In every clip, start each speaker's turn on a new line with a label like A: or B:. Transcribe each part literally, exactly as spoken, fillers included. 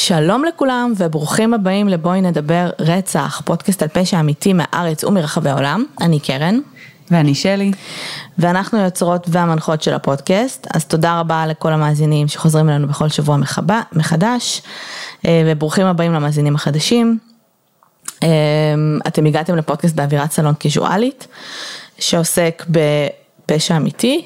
A: שלום לכולם וברוכים הבאים לבואי נדבר רצח, פודקאסט על פשע אמיתי מהארץ ומרחבי העולם. אני קרן.
B: ואני שלי.
A: ואנחנו יוצרות והמנחות של הפודקאסט, אז תודה רבה לכל המאזינים שחוזרים אלינו בכל שבוע מחבה, מחדש, וברוכים הבאים למאזינים החדשים. אתם הגעתם לפודקאסט באווירת סלון קזואלית, שעוסק בפשע אמיתי,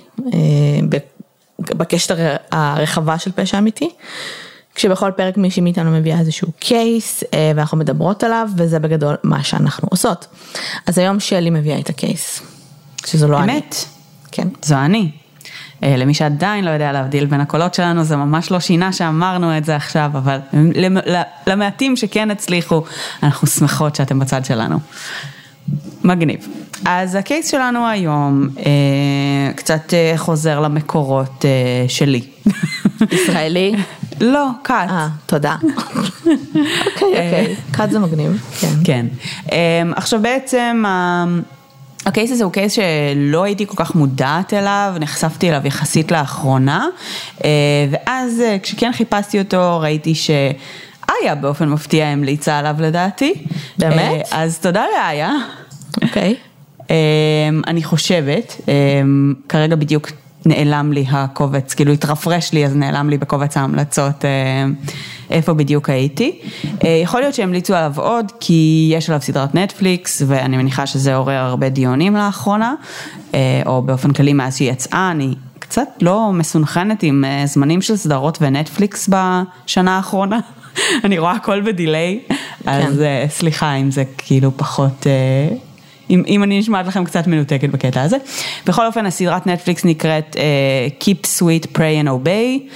A: בקשת הרחבה של פשע אמיתי, כשבכל פרק מישהי מאיתנו מביאה איזשהו קייס, ואנחנו מדברות עליו, וזה בגדול מה שאנחנו עושות. אז היום שלי מביאה את הקייס, שזו לא אני.
B: אמת?
A: כן.
B: זו אני. למי שעדיין לא יודע להבדיל בין הקולות שלנו, זה ממש לא שינה שאמרנו את זה עכשיו, אבל למעטים שכן הצליחו, אנחנו שמחות שאתם בצד שלנו. מגניב. אז הקייס שלנו היום אה, קצת אה, חוזר למקורות אה, שלי.
A: ישראלי?
B: לא, קאט.
A: אה, תודה. אוקיי, אוקיי. קאט זה מגניב. כן.
B: כן. אה, עכשיו בעצם הקייס הזה הוא קייס שלא הייתי כל כך מודעת אליו, נחשפתי אליו יחסית לאחרונה, אה, ואז אה, כשכן חיפשתי אותו ראיתי ש... איה באופן מפתיע המליצה עליו לדעתי.
A: באמת?
B: אז תודה לאיה.
A: אוקיי.
B: אני חושבת, כרגע בדיוק נעלם לי הקובץ, כאילו התרפרש לי אז נעלם לי בקובץ ההמלצות איפה בדיוק הייתי. יכול להיות שהמליצו עליו עוד כי יש עליו סדרת נטפליקס ואני מניחה שזה עורר הרבה דיונים לאחרונה, או באופן כללי מאז שהיא יצאה, אני קצת לא מסונכנת עם זמנים של סדרות ונטפליקס בשנה האחרונה. אני רואה הכל בדיליי, אז סליחה אם זה כאילו פחות, אם, אם אני נשמעת לכם קצת מנותקת בקטע הזה. בכל אופן, הסדרת נטפליקס נקראת Keep Sweet, Pray and Obey.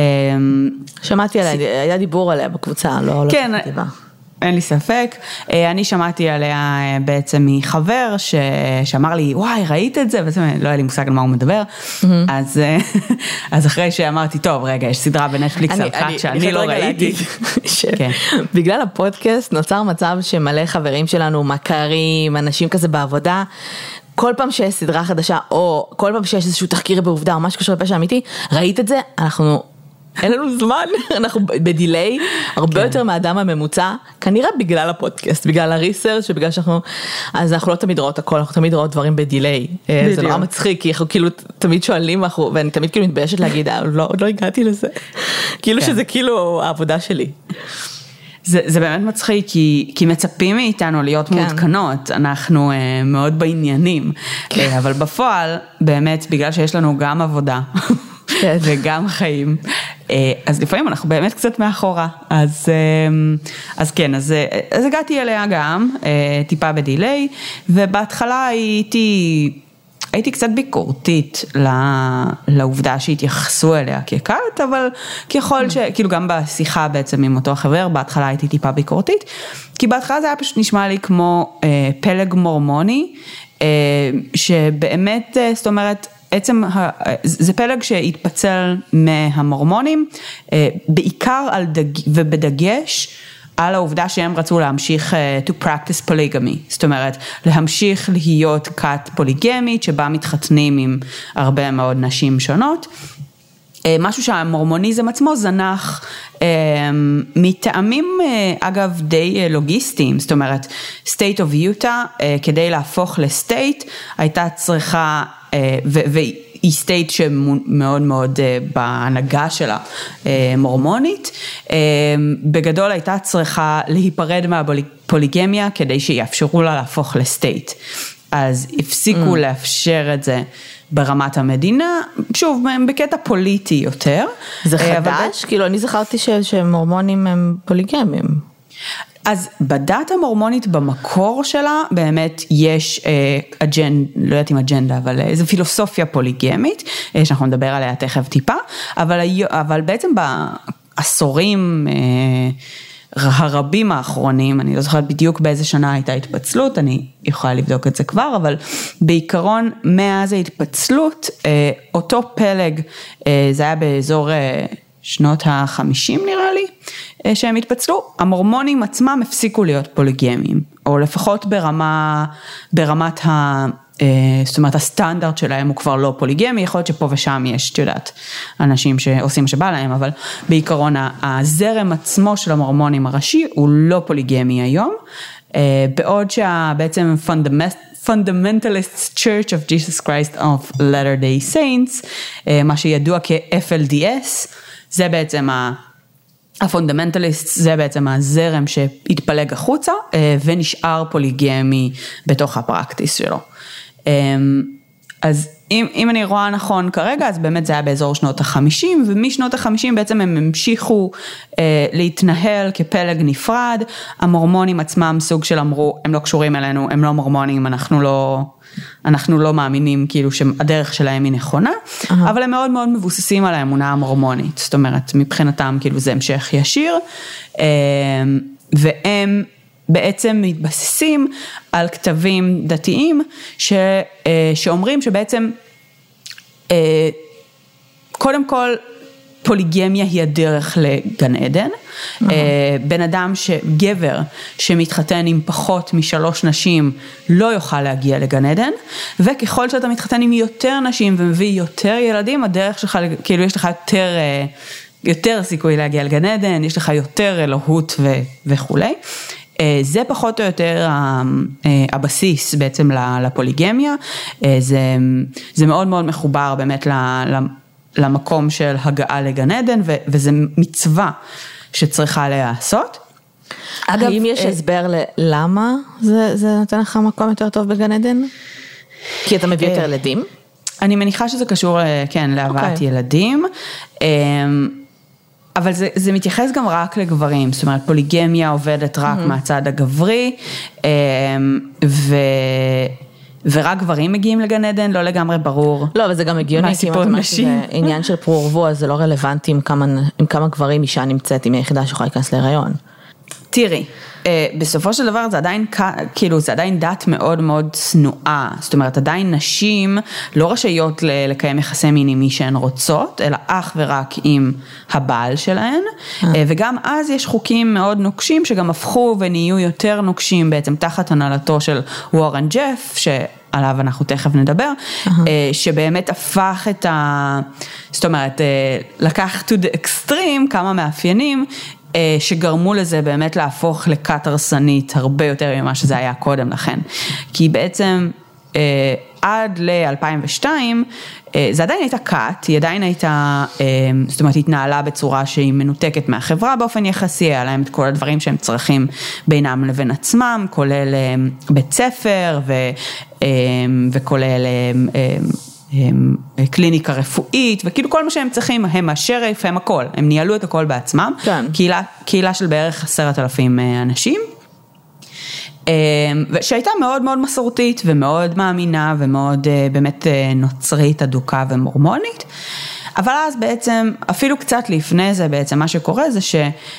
A: שמעתי עליה, היה דיבור עליה בקבוצה, לא
B: כן,
A: לא כתיבה.
B: אין לי ספק. אני שמעתי עליה בעצם מחבר ש... שאמר לי, וואי, ראית את זה? וזה לא היה לי מושג על מה הוא מדבר. אז, אז אחרי שאמרתי, טוב, רגע, יש סדרה בנטפליקס על חד שאני לא ראיתי.
A: בגלל הפודקאסט נוצר מצב שמלא חברים שלנו, מכרים, אנשים כזה בעבודה, כל פעם שיש סדרה חדשה, או כל פעם שיש איזשהו תחקיר בעובדה, או משהו קשור לפשע אמיתי, ראית את זה? אנחנו... אין לנו זמן, אנחנו בדיליי, הרבה יותר מהאדם הממוצע, כנראה בגלל הפודקאסט, בגלל הריסרצ' ובגלל שאנחנו, אז אנחנו לא תמיד רואות הכל, אנחנו תמיד רואות דברים בדיליי, זה נורא מצחיק, כי אנחנו כאילו תמיד שואלים, ואני תמיד כאילו מתביישת להגיד, עוד לא הגעתי לזה, כאילו שזה כאילו העבודה שלי.
B: זה, זה באמת מצחיק, כי, כי מצפים מאיתנו להיות כן. מעודכנות, אנחנו uh, מאוד בעניינים, כן. אבל בפועל, באמת, בגלל שיש לנו גם עבודה, כן. וגם חיים, אז לפעמים אנחנו באמת קצת מאחורה, אז, אז כן, אז, אז הגעתי אליה גם, טיפה בדיליי, ובהתחלה הייתי, הייתי קצת ביקורתית לעובדה שהתייחסו אליה כקאט, אבל ככל ש, כאילו גם בשיחה בעצם עם אותו החבר, בהתחלה הייתי טיפה ביקורתית, כי בהתחלה זה היה פשוט נשמע לי כמו פלג מורמוני, שבאמת, זאת אומרת, בעצם זה פלג שהתפצל מהמורמונים, בעיקר על דג, ובדגש על העובדה שהם רצו להמשיך to practice polygamy, זאת אומרת להמשיך להיות כת פוליגמית שבה מתחתנים עם הרבה מאוד נשים שונות, משהו שהמורמוניזם עצמו זנח מטעמים אגב די לוגיסטיים, זאת אומרת state of Utah כדי להפוך לסטייט הייתה צריכה והיא סטייט שמאוד מאוד בהנהגה שלה מורמונית, בגדול הייתה צריכה להיפרד מהפוליגמיה כדי שיאפשרו לה להפוך לסטייט, אז הפסיקו לאפשר את זה ברמת המדינה, שוב, בקטע פוליטי יותר.
A: זה חדש? כאילו אני זכרתי שמורמונים הם פוליגמים.
B: אז בדת המורמונית במקור שלה באמת יש אג'נדה, לא יודעת אם אג'נדה, אבל איזו פילוסופיה פוליגמית, שאנחנו נדבר עליה תכף טיפה, אבל, אבל בעצם בעשורים הרבים האחרונים, אני לא זוכרת בדיוק באיזה שנה הייתה התפצלות, אני יכולה לבדוק את זה כבר, אבל בעיקרון מאז ההתפצלות, אותו פלג, זה היה באזור שנות החמישים נראה לי, שהם התפצלו, המורמונים עצמם הפסיקו להיות פוליגמיים, או לפחות ברמה, ברמת זאת אומרת, הסטנדרט שלהם הוא כבר לא פוליגמי, יכול להיות שפה ושם יש, את יודעת, אנשים שעושים מה שבא להם, אבל בעיקרון הזרם עצמו של המורמונים הראשי הוא לא פוליגמי היום, בעוד שבעצם Fundamentalist Church of Jesus Christ of Latter-day Saints, מה שידוע כ-אף אל די אס, זה בעצם ה... הפונדמנטליסט זה בעצם הזרם שהתפלג החוצה ונשאר פוליגמי בתוך הפרקטיס שלו. אז אם, אם אני רואה נכון כרגע, אז באמת זה היה באזור שנות החמישים, ומשנות החמישים בעצם הם המשיכו אה, להתנהל כפלג נפרד, המורמונים עצמם סוג של אמרו, הם לא קשורים אלינו, הם לא מורמונים, אנחנו לא, אנחנו לא מאמינים כאילו שהדרך שלהם היא נכונה, uh-huh. אבל הם מאוד מאוד מבוססים על האמונה המורמונית, זאת אומרת, מבחינתם כאילו זה המשך ישיר, אה, והם בעצם מתבססים על כתבים דתיים ש, שאומרים שבעצם קודם כל פוליגמיה היא הדרך לגן עדן, mm-hmm. בן אדם שגבר שמתחתן עם פחות משלוש נשים לא יוכל להגיע לגן עדן, וככל שאתה מתחתן עם יותר נשים ומביא יותר ילדים, הדרך שלך, כאילו יש לך יותר, יותר סיכוי להגיע לגן עדן, יש לך יותר אלוהות ו, וכולי. זה פחות או יותר הבסיס בעצם לפוליגמיה, זה, זה מאוד מאוד מחובר באמת למקום של הגעה לגן עדן, וזה מצווה שצריכה לעשות.
A: אגב, האם יש הסבר ללמה זה, זה נותן לך מקום יותר טוב בגן עדן? כי אתה מביא יותר ילדים?
B: אני מניחה שזה קשור, כן, להבאת ילדים. אבל זה, זה מתייחס גם רק לגברים, זאת אומרת, פוליגמיה עובדת רק mm-hmm. מהצד הגברי, ו, ורק גברים מגיעים לגן עדן, לא לגמרי ברור.
A: לא, אבל זה גם הגיוני, כי אם אתה אומר שזה עניין של פרו-ורבו, אז זה לא רלוונטי עם כמה, עם כמה גברים אישה נמצאת, עם היחידה שיכולה להיכנס להיריון.
B: תראי, בסופו של דבר זה עדיין, כאילו זה עדיין דת מאוד מאוד צנועה, זאת אומרת עדיין נשים לא רשאיות לקיים יחסי מין עם מי שהן רוצות, אלא אך ורק עם הבעל שלהן, וגם אז יש חוקים מאוד נוקשים שגם הפכו ונהיו יותר נוקשים בעצם תחת הנהלתו של וורן ג'ף, שעליו אנחנו תכף נדבר, שבאמת הפך את ה... זאת אומרת, לקח to the extreme כמה מאפיינים, שגרמו לזה באמת להפוך לכת הרסנית הרבה יותר ממה שזה היה קודם לכן. כי בעצם עד ל-אלפיים ושתיים זה עדיין הייתה כת, היא עדיין הייתה, זאת אומרת, התנהלה בצורה שהיא מנותקת מהחברה באופן יחסי, היה להם את כל הדברים שהם צריכים בינם לבין עצמם, כולל בית ספר ו, וכולל קליניקה רפואית, וכאילו כל מה שהם צריכים, הם השרף, הם הכל, הם ניהלו את הכל בעצמם, כן. קהילה, קהילה של בערך עשרת אלפים אנשים, שהייתה מאוד מאוד מסורתית, ומאוד מאמינה, ומאוד באמת נוצרית, אדוקה ומורמונית, אבל אז בעצם, אפילו קצת לפני זה בעצם, מה שקורה זה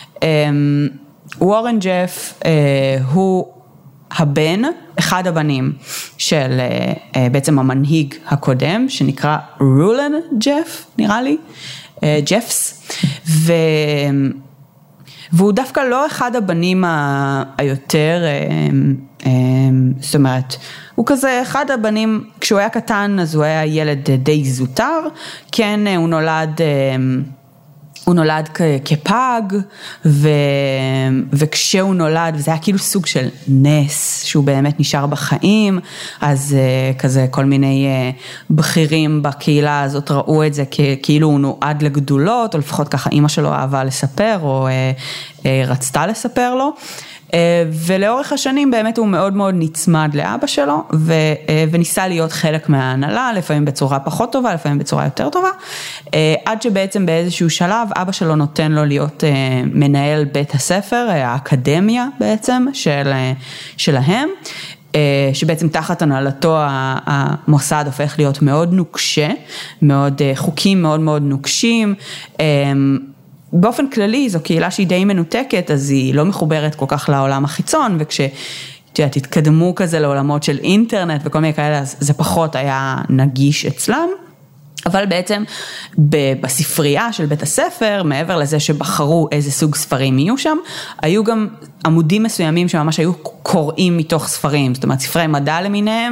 B: שוורן ג'ף הוא הבן, אחד הבנים של בעצם המנהיג הקודם, שנקרא רולן ג'ף, נראה לי, ג'פס, ו... והוא דווקא לא אחד הבנים היותר, זאת אומרת, הוא כזה אחד הבנים, כשהוא היה קטן אז הוא היה ילד די זוטר, כן, הוא נולד... הוא נולד כפג, ו... וכשהוא נולד, וזה היה כאילו סוג של נס, שהוא באמת נשאר בחיים, אז כזה כל מיני בכירים בקהילה הזאת ראו את זה כאילו הוא נועד לגדולות, או לפחות ככה אמא שלו אהבה לספר, או רצתה לספר לו, ולאורך השנים באמת הוא מאוד מאוד נצמד לאבא שלו, ו, וניסה להיות חלק מההנהלה, לפעמים בצורה פחות טובה, לפעמים בצורה יותר טובה, עד שבעצם באיזשהו שלב אבא שלו נותן לו להיות מנהל בית הספר, האקדמיה בעצם של, שלהם, שבעצם תחת הנהלתו המוסד הופך להיות מאוד נוקשה, מאוד חוקים מאוד מאוד נוקשים, באופן כללי זו קהילה שהיא די מנותקת, אז היא לא מחוברת כל כך לעולם החיצון, וכשתתקדמו כזה לעולמות של אינטרנט וכל מיני כאלה, אז זה פחות היה נגיש אצלם, אבל בעצם בספרייה של בית הספר, מעבר לזה שבחרו איזה סוג ספרים יהיו שם, היו גם עמודים מסוימים שממש היו קוראים מתוך ספרים, זאת אומרת ספרי מדע למיניהם,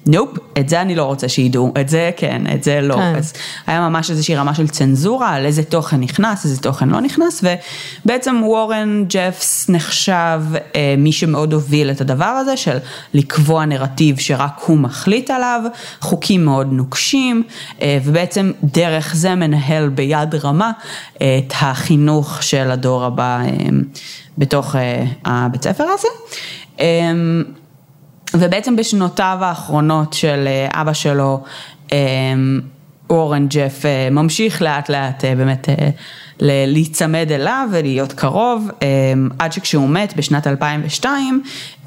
B: נופ, את זה אני לא רוצה שידעו, את זה כן, את זה לא. כן. אז היה ממש איזושהי רמה של צנזורה, על איזה תוכן נכנס, איזה תוכן לא נכנס, ובעצם וורן ג'פס נחשב אה, מי שמאוד הוביל את הדבר הזה, של לקבוע נרטיב שרק הוא מחליט עליו, חוקים מאוד נוקשים, אה, ובעצם דרך זה מנהל ביד רמה אה, את החינוך של הדור הבא אה, בתוך אה, הבית ספר הזה. אה, ובעצם בשנותיו האחרונות של אבא שלו, וורן ג'ף ממשיך לאט לאט באמת להיצמד אליו ולהיות קרוב, עד שכשהוא מת בשנת אלפיים ושתיים,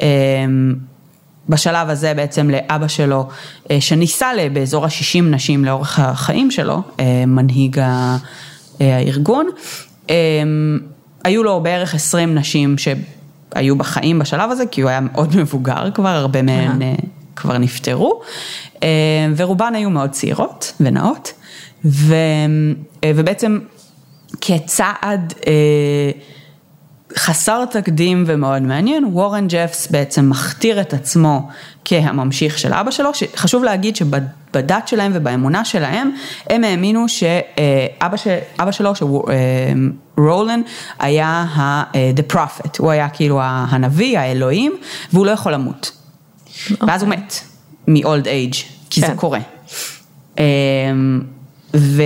B: בשלב הזה בעצם לאבא שלו, שניסה באזור ה-שישים נשים לאורך החיים שלו, מנהיג הארגון, היו לו בערך עשרים נשים ש... היו בחיים בשלב הזה, כי הוא היה מאוד מבוגר כבר, הרבה מהן כבר נפטרו, ורובן היו מאוד צעירות ונאות, ובעצם כצעד חסר תקדים ומאוד מעניין, וורן ג'פס בעצם מכתיר את עצמו כהממשיך של אבא שלו, שחשוב להגיד שבדת שלהם ובאמונה שלהם, הם האמינו שאבא של, אבא שלו, שרולן, היה ה, the prophet, הוא היה כאילו הנביא, האלוהים, והוא לא יכול למות. Okay. ואז הוא מת, מ-old age, כי כן. זה קורה. ו...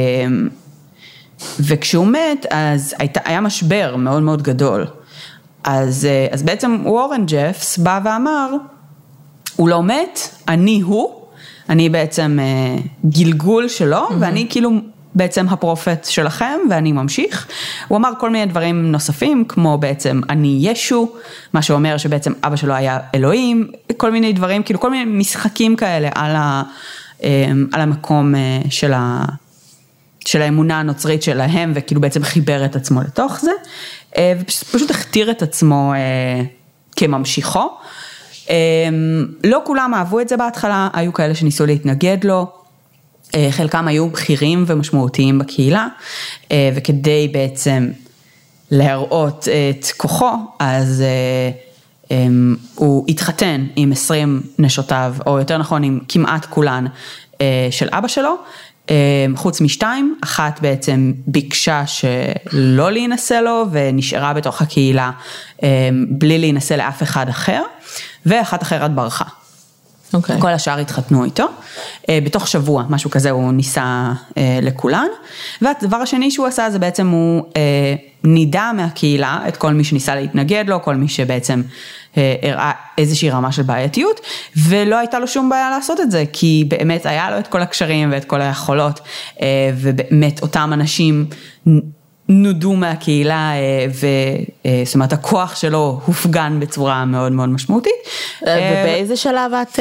B: וכשהוא מת, אז הייתה, היה משבר מאוד מאוד גדול. אז, אז בעצם וורן ג'פס בא ואמר, הוא לא מת, אני הוא, אני בעצם גלגול שלו, mm-hmm. ואני כאילו בעצם הפרופט שלכם, ואני ממשיך. הוא אמר כל מיני דברים נוספים, כמו בעצם אני ישו, מה שאומר שבעצם אבא שלו היה אלוהים, כל מיני דברים, כאילו כל מיני משחקים כאלה על, ה, על המקום של ה... של האמונה הנוצרית שלהם, וכאילו בעצם חיבר את עצמו לתוך זה, ופשוט הכתיר את עצמו כממשיכו. לא כולם אהבו את זה בהתחלה, היו כאלה שניסו להתנגד לו, חלקם היו בכירים ומשמעותיים בקהילה, וכדי בעצם להראות את כוחו, אז הוא התחתן עם עשרים נשותיו, או יותר נכון עם כמעט כולן של אבא שלו, חוץ משתיים, אחת בעצם ביקשה שלא להינשא לו ונשארה בתוך הקהילה בלי להינשא לאף אחד אחר, ואחת אחרת ברחה. Okay. כל השאר התחתנו איתו, בתוך שבוע, משהו כזה הוא ניסה לכולן, והדבר השני שהוא עשה זה בעצם הוא נידע מהקהילה את כל מי שניסה להתנגד לו, כל מי שבעצם הראה איזושהי רמה של בעייתיות, ולא הייתה לו שום בעיה לעשות את זה, כי באמת היה לו את כל הקשרים ואת כל היכולות, ובאמת אותם אנשים נודו מהקהילה, וזאת אומרת הכוח שלו הופגן בצורה מאוד מאוד משמעותית.
A: ובאיזה שלב את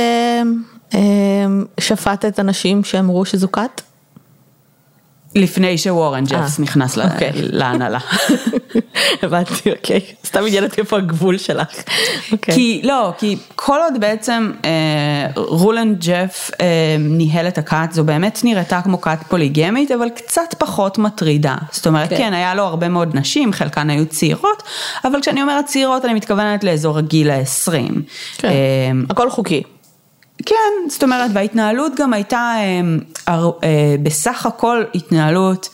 A: שפטת אנשים שאמרו שזו כת?
B: לפני שוורן ג'פס נכנס להנהלה.
A: הבנתי, אוקיי. סתם עניין אותי איפה הגבול שלך.
B: כי, לא, כי כל עוד בעצם רולן ג'ף ניהל את הכת, זו באמת נראתה כמו כת פוליגמית, אבל קצת פחות מטרידה. זאת אומרת, כן, היה לו הרבה מאוד נשים, חלקן היו צעירות, אבל כשאני אומרת צעירות, אני מתכוונת לאזור הגיל ה-עשרים.
A: כן, הכל חוקי.
B: כן, זאת אומרת, וההתנהלות גם הייתה בסך הכל התנהלות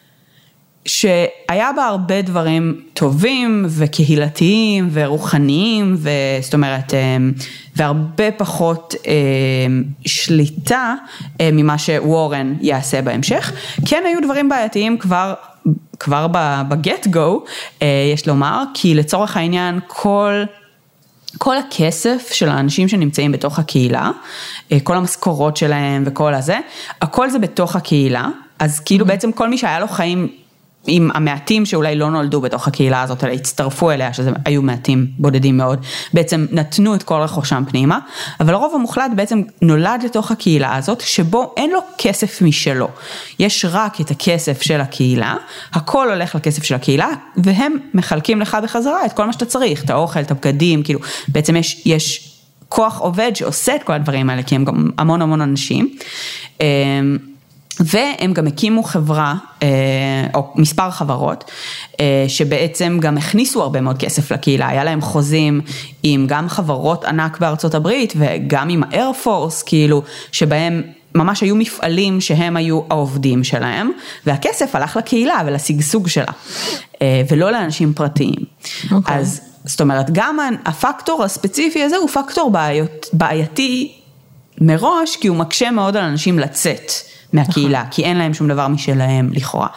B: שהיה בה הרבה דברים טובים וקהילתיים ורוחניים, זאת אומרת, והרבה פחות שליטה ממה שוורן יעשה בהמשך. כן, היו דברים בעייתיים כבר, כבר בגט גו, יש לומר, כי לצורך העניין כל... כל הכסף של האנשים שנמצאים בתוך הקהילה, כל המשכורות שלהם וכל הזה, הכל זה בתוך הקהילה, אז כאילו בעצם כל מי שהיה לו חיים עם המעטים שאולי לא נולדו בתוך הקהילה הזאת, אלא הצטרפו אליה, שזה היו מעטים בודדים מאוד, בעצם נתנו את כל רכושם פנימה, אבל הרוב המוחלט בעצם נולד לתוך הקהילה הזאת, שבו אין לו כסף משלו. יש רק את הכסף של הקהילה, הכל הולך לכסף של הקהילה, והם מחלקים לך בחזרה את כל מה שאתה צריך, את האוכל, את הבגדים, כאילו, בעצם יש, יש כוח עובד שעושה את כל הדברים האלה, כי הם גם המון המון אנשים, והם גם הקימו חברה, או מספר חברות, שבעצם גם הכניסו הרבה מאוד כסף לקהילה, היה להם חוזים עם גם חברות ענק בארצות הברית, וגם עם האייר פורס, כאילו, שבהם ממש היו מפעלים שהם היו העובדים שלהם, והכסף הלך לקהילה ולסגסוג שלה, ולא לאנשים פרטיים. Okay. אז זאת אומרת, גם הפקטור הספציפי הזה הוא פקטור בעיות, בעייתי מראש, כי הוא מקשה מאוד על אנשים לצאת מהקהילה, כי אין להם שום דבר משלהם לכאורה.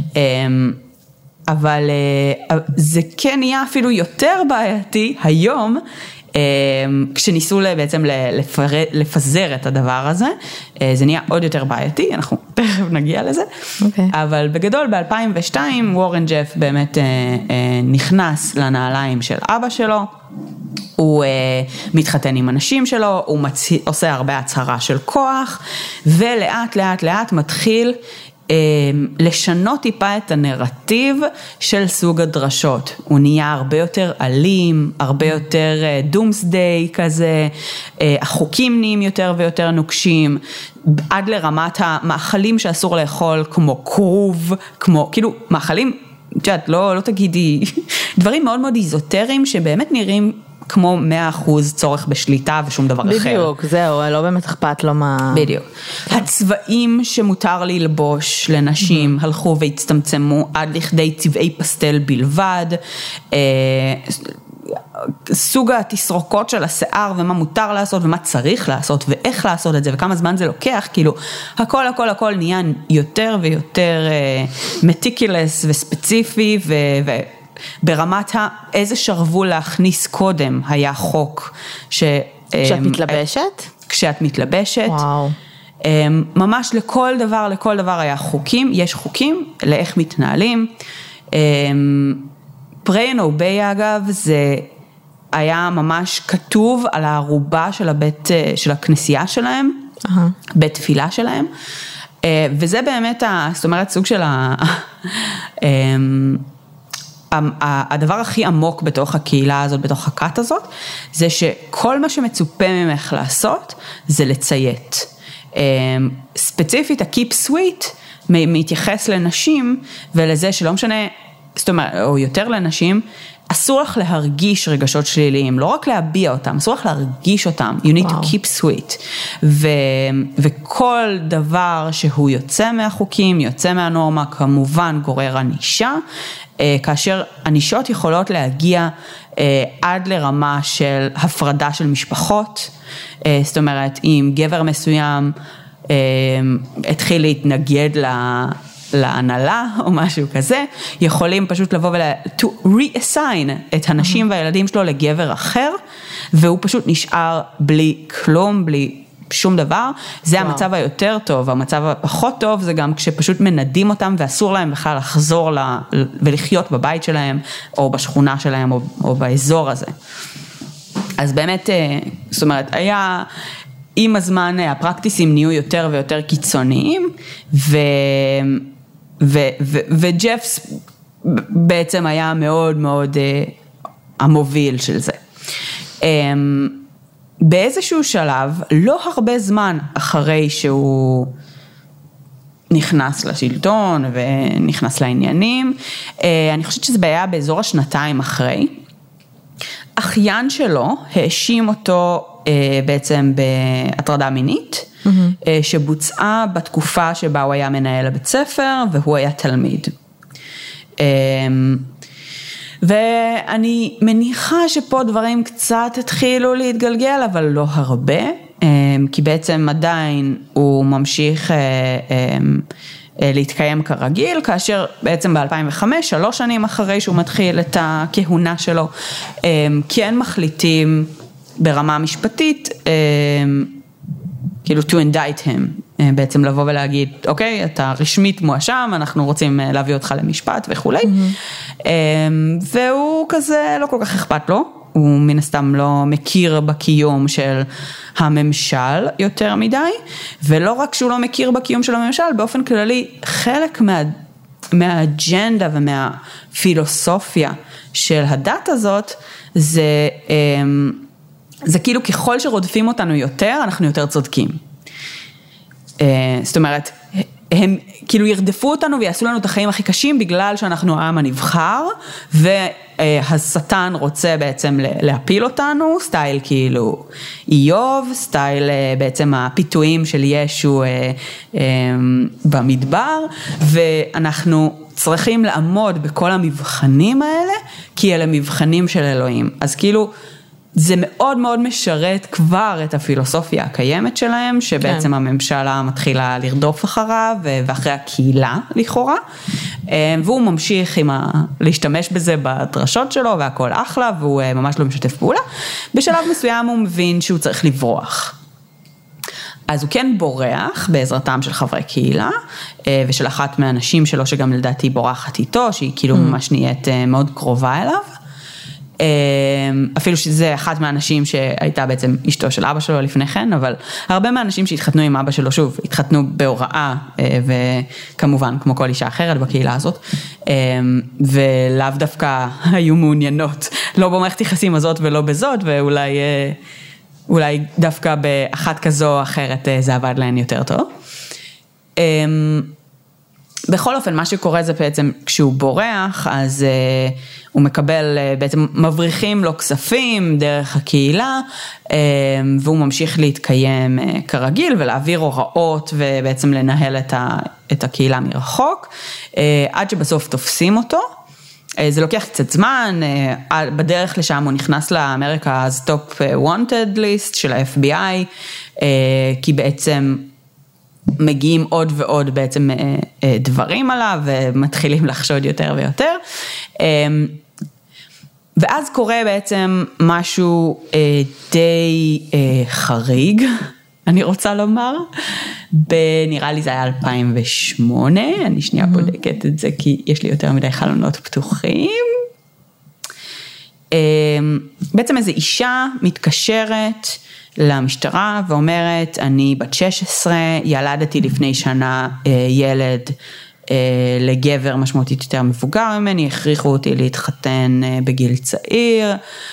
B: אבל זה כן נהיה אפילו יותר בעייתי היום, כשניסו בעצם לפזר את הדבר הזה, זה נהיה עוד יותר בעייתי, אנחנו תכף נגיע לזה, okay. אבל בגדול ב-אלפיים ושתיים וורן ג'ף באמת נכנס לנעליים של אבא שלו, הוא מתחתן עם אנשים שלו, הוא עושה הרבה הצהרה של כוח, ולאט לאט לאט מתחיל לשנות טיפה את הנרטיב של סוג הדרשות. הוא נהיה הרבה יותר אלים, הרבה יותר דומסדיי כזה, החוקים נהיים יותר ויותר נוקשים, עד לרמת המאכלים שאסור לאכול, כמו כרוב, כמו, כאילו, מאכלים, תשעת, לא, לא תגידי, דברים מאוד מאוד איזוטריים, שבאמת נראים כמו מאה אחוז צורך בשליטה ושום דבר
A: בדיוק,
B: אחר.
A: בדיוק, זהו, לא באמת אכפת לו מה...
B: בדיוק. הצבעים שמותר ללבוש לנשים הלכו והצטמצמו עד לכדי צבעי פסטל בלבד, סוג התסרוקות של השיער ומה מותר לעשות ומה צריך לעשות ואיך לעשות את זה וכמה זמן זה לוקח, כאילו הכל הכל הכל נהיה יותר ויותר מטיקולס וספציפי ו... ו ברמת איזה שרוול להכניס קודם היה חוק ש...
A: כשאת מתלבשת?
B: כשאת מתלבשת.
A: וואו.
B: ממש לכל דבר, לכל דבר היה חוקים, יש חוקים לאיך מתנהלים. פריי אנד אוביי אגב, זה היה ממש כתוב על הערובה של הבית, של הכנסייה שלהם, uh-huh. בית תפילה שלהם, וזה באמת, זאת אומרת, סוג של ה... הדבר הכי עמוק בתוך הקהילה הזאת, בתוך הכת הזאת, זה שכל מה שמצופה ממך לעשות, זה לציית. ספציפית, ה-keep sweet, מתייחס לנשים, ולזה שלא משנה, זאת אומרת, או יותר לנשים, אסור לך להרגיש רגשות שליליים, לא רק להביע אותם, אסור לך להרגיש אותם, you need wow. to keep sweet, ו, וכל דבר שהוא יוצא מהחוקים, יוצא מהנורמה, כמובן גורר ענישה, כאשר ענישות יכולות להגיע עד לרמה של הפרדה של משפחות, זאת אומרת, אם גבר מסוים התחיל להתנגד ל... להנהלה או משהו כזה, יכולים פשוט לבוא ול... to reassign את הנשים והילדים שלו לגבר אחר, והוא פשוט נשאר בלי כלום, בלי שום דבר. זה המצב היותר טוב. המצב הפחות טוב זה גם כשפשוט מנדים אותם ואסור להם בכלל לחזור ל... ולחיות בבית שלהם או בשכונה שלהם או, או באזור הזה. אז באמת, זאת אומרת, היה... עם הזמן הפרקטיסים נהיו יותר ויותר קיצוניים, ו... ו... ו... וג'פס בעצם היה מאוד מאוד uh, המוביל של זה. Um, באיזשהו שלב, לא הרבה זמן אחרי שהוא נכנס לשלטון ונכנס לעניינים, uh, אני חושבת שזה היה באזור השנתיים אחרי, אחיין שלו האשים אותו בעצם בהטרדה מינית, mm-hmm. שבוצעה בתקופה שבה הוא היה מנהל הבית ספר, והוא היה תלמיד. ואני מניחה שפה דברים קצת התחילו להתגלגל, אבל לא הרבה, כי בעצם עדיין הוא ממשיך להתקיים כרגיל, כאשר בעצם ב-אלפיים וחמש, שלוש שנים אחרי שהוא מתחיל את הכהונה שלו, כן מחליטים ברמה המשפטית, כאילו to indict him, בעצם לבוא ולהגיד, אוקיי, אתה רשמית מואשם, אנחנו רוצים להביא אותך למשפט וכו'. Mm-hmm. והוא כזה לא כל כך אכפת לו, הוא מן הסתם לא מכיר בקיום של הממשל יותר מדי, ולא רק שהוא לא מכיר בקיום של הממשל, באופן כללי חלק מה, מהאג'נדה ומהפילוסופיה של הדת הזאת, זה... זה כאילו ככל שרודפים אותנו יותר, אנחנו יותר צודקים. זאת אומרת, הם כאילו ירדפו אותנו ויעשו לנו את החיים הכי קשים בגלל שאנחנו העם הנבחר, והשטן רוצה בעצם להפיל אותנו, סטייל כאילו איוב, סטייל בעצם הפיתויים של ישו במדבר, ואנחנו צריכים לעמוד בכל המבחנים האלה, כי אלה מבחנים של אלוהים. אז כאילו, זה מאוד מאוד משרת כבר את הפילוסופיה הקיימת שלהם, שבעצם כן. הממשלה מתחילה לרדוף אחריו, ואחרי הקהילה לכאורה, והוא ממשיך עם ה... להשתמש בזה בדרשות שלו, והכל אחלה, והוא ממש לא משתף פעולה. בשלב מסוים הוא מבין שהוא צריך לברוח. אז הוא כן בורח בעזרתם של חברי קהילה, ושל אחת מהאנשים שלו, שגם לדעתי בורחת איתו, שהיא כאילו mm. ממש נהיית מאוד קרובה אליו. אפילו שזה אחת מהאנשים שהייתה בעצם אשתו של אבא שלו לפני כן, אבל הרבה מהאנשים שהתחתנו עם אבא שלו, שוב, התחתנו בהוראה, וכמובן, כמו כל אישה אחרת בקהילה הזאת, ולאו דווקא היו מעוניינות, לא במערכת יחסים הזאת ולא בזאת, ואולי אולי דווקא באחת כזו או אחרת זה עבד להן יותר טוב. בכל אופן, מה שקורה זה בעצם, כשהוא בורח, אז uh, הוא מקבל, uh, בעצם מבריחים לו כספים דרך הקהילה, uh, והוא ממשיך להתקיים uh, כרגיל, ולהעביר הוראות, ובעצם לנהל את, ה, את הקהילה מרחוק, uh, עד שבסוף תופסים אותו. Uh, זה לוקח קצת זמן, uh, בדרך לשם הוא נכנס לאמריקה, אז Top Wanted List של ה-אף בי איי, uh, כי בעצם... מגיעים עוד ועוד בעצם דברים עליו, ומתחילים לחשוד יותר ויותר, ואז קורה בעצם משהו די חריג, אני רוצה לומר, נראה לי זה היה אלפיים ושמונה, אני שנייה בודקת את זה, כי יש לי יותר מדי חלונות פתוחים, בעצם איזו אישה מתקשרת, למשטרה ואומרת, אני בת שש עשרה, ילדתי לפני שנה ילד לגבר משמעותית יותר מבוגר ממני, הכריחו אותי להתחתן בגיל צעיר,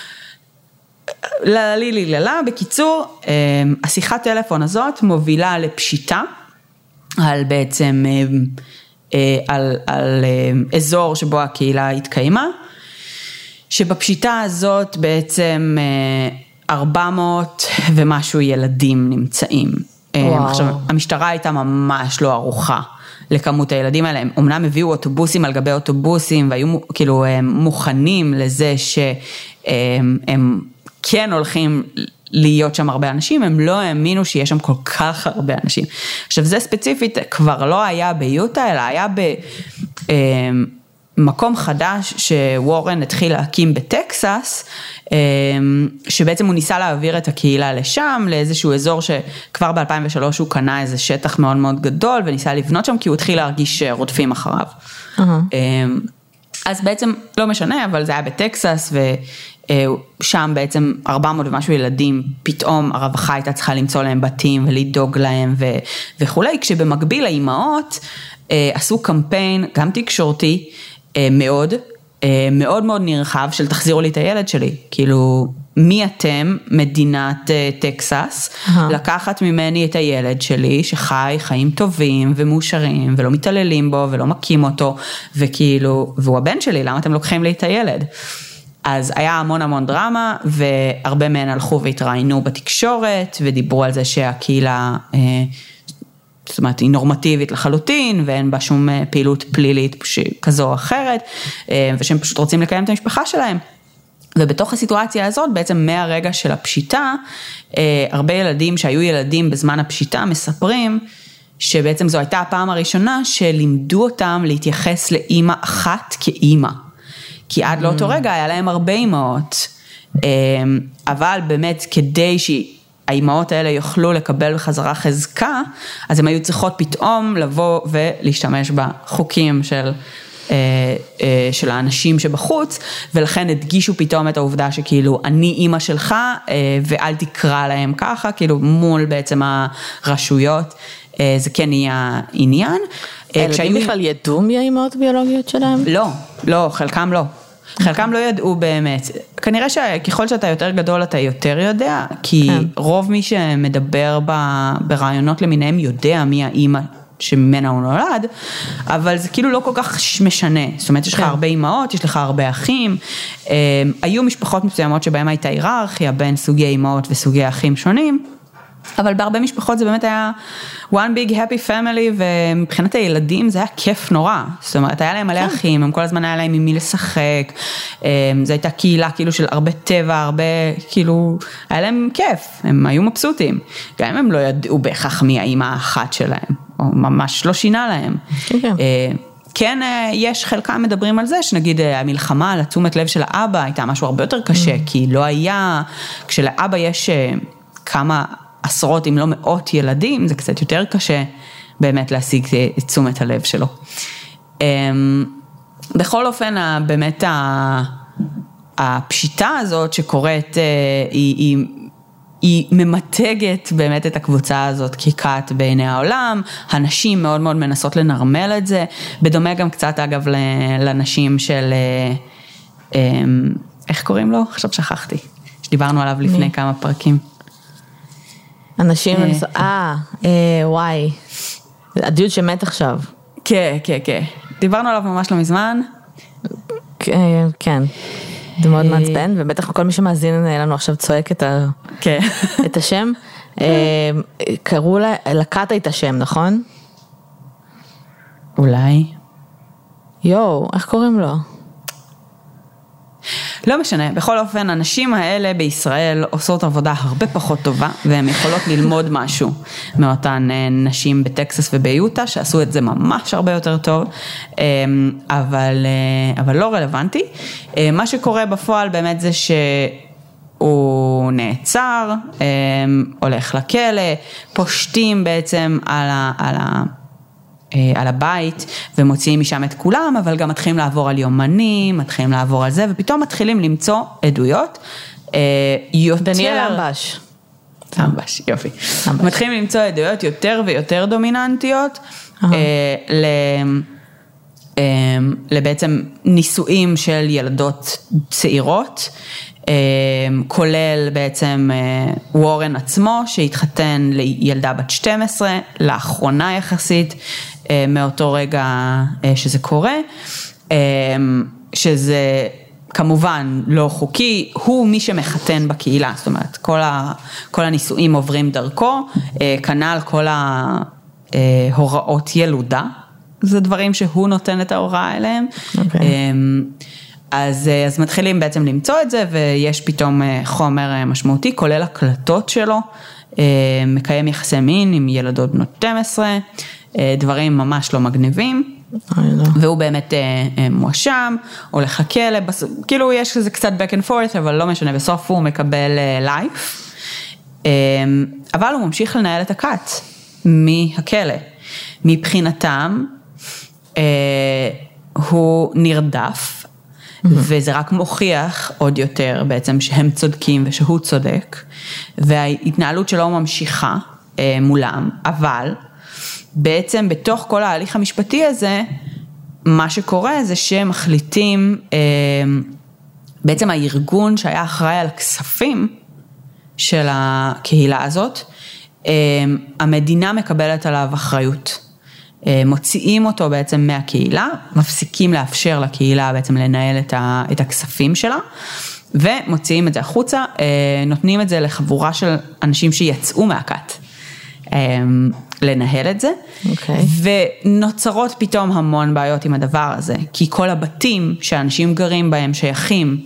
B: לי לי ללה, בקיצור, השיחת טלפון הזאת מובילה לפשיטה, על בעצם, על, על אזור שבו הקהילה התקיימה, שבפשיטה הזאת בעצם, ארבע מאות ומשהו ילדים נמצאים. וואו. עכשיו, המשטרה הייתה ממש לא ערוכה לכמות הילדים האלה. הם אמנם הביאו אוטובוסים על גבי אוטובוסים, והיו כאילו מוכנים לזה שהם כן הולכים להיות שם הרבה אנשים, הם לא האמינו שיש שם כל כך הרבה אנשים. עכשיו, זה ספציפית כבר לא היה ביוטה, אלא היה ב... מקום חדש שוורן התחיל להקים בטקסס, שבעצם הוא ניסה להעביר את הקהילה לשם, לאיזשהו אזור שכבר ב-אלפיים ושלוש הוא קנה איזה שטח מאוד מאוד גדול, וניסה לבנות שם, כי הוא התחיל להרגיש רודפים אחריו. Uh-huh. אז בעצם לא משנה, אבל זה היה בטקסס, ושם בעצם ארבע מאות ומשהו ילדים, פתאום הרווחה הייתה צריכה למצוא להם בתים, ולדאוג להם ו- וכולי, כשבמקביל האימהות עשו קמפיין, גם תקשורתי, מאוד, מאוד מאוד נרחב של תחזירו לי את הילד שלי, כאילו מי אתם מדינת טקסס, לקחת ממני את הילד שלי שחי חיים טובים ומאושרים ולא מתעללים בו ולא מקים אותו, וכאילו, והוא הבן שלי, למה אתם לוקחים לי את הילד? אז היה המון המון דרמה, והרבה מהן הלכו והתראיינו בתקשורת, ודיברו על זה שהקהילה זאת אומרת, היא נורמטיבית לחלוטין, ואין בה שום פעילות פלילית כזו או אחרת, ושהם פשוט רוצים לקיים את המשפחה שלהם. ובתוך הסיטואציה הזאת, בעצם מהרגע של הפשיטה, הרבה ילדים שהיו ילדים בזמן הפשיטה, מספרים שבעצם זו הייתה הפעם הראשונה שלימדו אותם להתייחס לאמא אחת כאמא. כי עד לאותו רגע היה להם הרבה אמהות, אבל באמת כדי שהיא, האימהות האלה יוכלו לקבל בחזרה חזקה, אז הם היו צריכות פתאום לבוא ולהשתמש בחוקים של, של האנשים שבחוץ, ולכן הדגישו פתאום את העובדה שכאילו אני אימא שלך, ואל תקרא להם ככה, כאילו מול בעצם הרשויות, זה כן יהיה עניין.
A: הילדים בכלל ידעו מי האימהות ביולוגיות שלהם?
B: לא, לא, חלקם לא. חלקם לא ידעו באמת, כנראה שככל שאתה יותר גדול אתה יותר יודע, כי רוב מי שמדבר ברעיונות למיניהם יודע מי האמא שממנה הוא נולד, אבל זה כאילו לא כל כך משנה, זאת אומרת, יש לך הרבה אמהות, יש לך הרבה אחים, היו משפחות מסוימות שבהם הייתה היררכיה בין סוגי אמהות וסוגי אחים שונים, אבל בהרבה משפחות זה באמת היה one big happy family, ומבחינת הילדים זה היה כיף נורא, זאת אומרת, היה להם מלא אחים, הם כל הזמן היה להם עם מי לשחק, זו הייתה קהילה כאילו של הרבה טבע, הרבה כאילו, היה להם כיף, הם היו מבסוטים, גם אם הם לא ידעו בהכרח מי האמא האחת שלהם, או ממש לא שינה להם. כן, יש חלקם מדברים על זה, שנגיד המלחמה על התשומת לב של האבא, הייתה משהו הרבה יותר קשה, כי לא היה, כשלאבא יש כמה עשרות אם לא מאות ילדים, זה קצת יותר קשה באמת להשיג את תשומת הלב שלו. בכל אופן, באמת הפשיטה הזאת שקורית, היא, היא, היא ממתגת באמת את הקבוצה הזאת ככת בעיני העולם, הנשים מאוד מאוד מנסות לנרמל את זה, בדומה גם קצת אגב לנשים של, איך קוראים לו? עכשיו שכחתי, שדיברנו עליו לפני כמה פרקים.
A: אנשים, אה, וואי, הדיוד שמת עכשיו.
B: כן, כן, כן. דיברנו עליו ממש לא מזמן.
A: כן, זה מאוד מעצבן, ובטח כל מי שמאזין לנו עכשיו צועק את השם. קראו לקטה את השם, נכון?
B: אולי.
A: יואו, איך קוראים לו?
B: לא משנה, בכל אופן, הנשים האלה בישראל עושות עבודה הרבה פחות טובה, והן יכולות ללמוד משהו מאותן נשים בטקסס וביוטה, שעשו את זה ממש הרבה יותר טוב, אבל, אבל לא רלוונטי. מה שקורה בפועל באמת זה שהוא נעצר, הולך לכלא, פושטים בעצם על ה... על ה על הבית, ומוציאים משם את כולם, אבל גם מתחילים לעבור על יומנים, מתחילים לעבור על זה, ופתאום מתחילים למצוא עדויות, יותר...
A: דניאל אמבש.
B: אמבש, יופי. מתחילים למצוא עדויות יותר ויותר דומיננטיות, לבעצם נישואים של ילדות צעירות, כולל בעצם וורן עצמו, שהתחתן לילדה בת שתים עשרה, לאחרונה יחסית, מאותו רגע שזה קורה, שזה כמובן לא חוקי, הוא מי שמחתן בקהילה, זאת אומרת, כל, ה, כל הנישואים עוברים דרכו, כנ"ל כל ההוראות ילודה, זה דברים שהוא נותן את ההוראה אליהם, okay. אז, אז מתחילים בעצם למצוא את זה, ויש פתאום חומר משמעותי, כולל הקלטות שלו, מקיים יחסי מין עם ילדות בנות שתים עשרה, דברים ממש לא מגניבים, והוא באמת מואשם, הולך לכלא, כאילו יש כזה קצת back and forth, אבל לא משנה, בסוף הוא מקבל לייף, אבל הוא ממשיך לנהל את הכת מהכלא. מבחינתם, הוא נרדף, וזה רק מוכיח עוד יותר בעצם שהם צודקים ושהוא צודק, וההתנהלות שלו ממשיכה מולם, אבל בעצם בתוך כל ההליך המשפטי הזה, מה שקורה זה שהם מחליטים, בעצם הארגון שהיה אחראי על הכספים של הקהילה הזאת, המדינה מקבלת עליו אחריות. מוציאים אותו בעצם מהקהילה, מפסיקים לאפשר לקהילה בעצם לנהל את הכספים שלה, ומוציאים את זה החוצה, נותנים את זה לחבורה של אנשים שיצאו מהכת. לנהל את זה, okay. ונוצרות פתאום המון בעיות עם הדבר הזה, כי כל הבתים שאנשים גרים בהם שייכים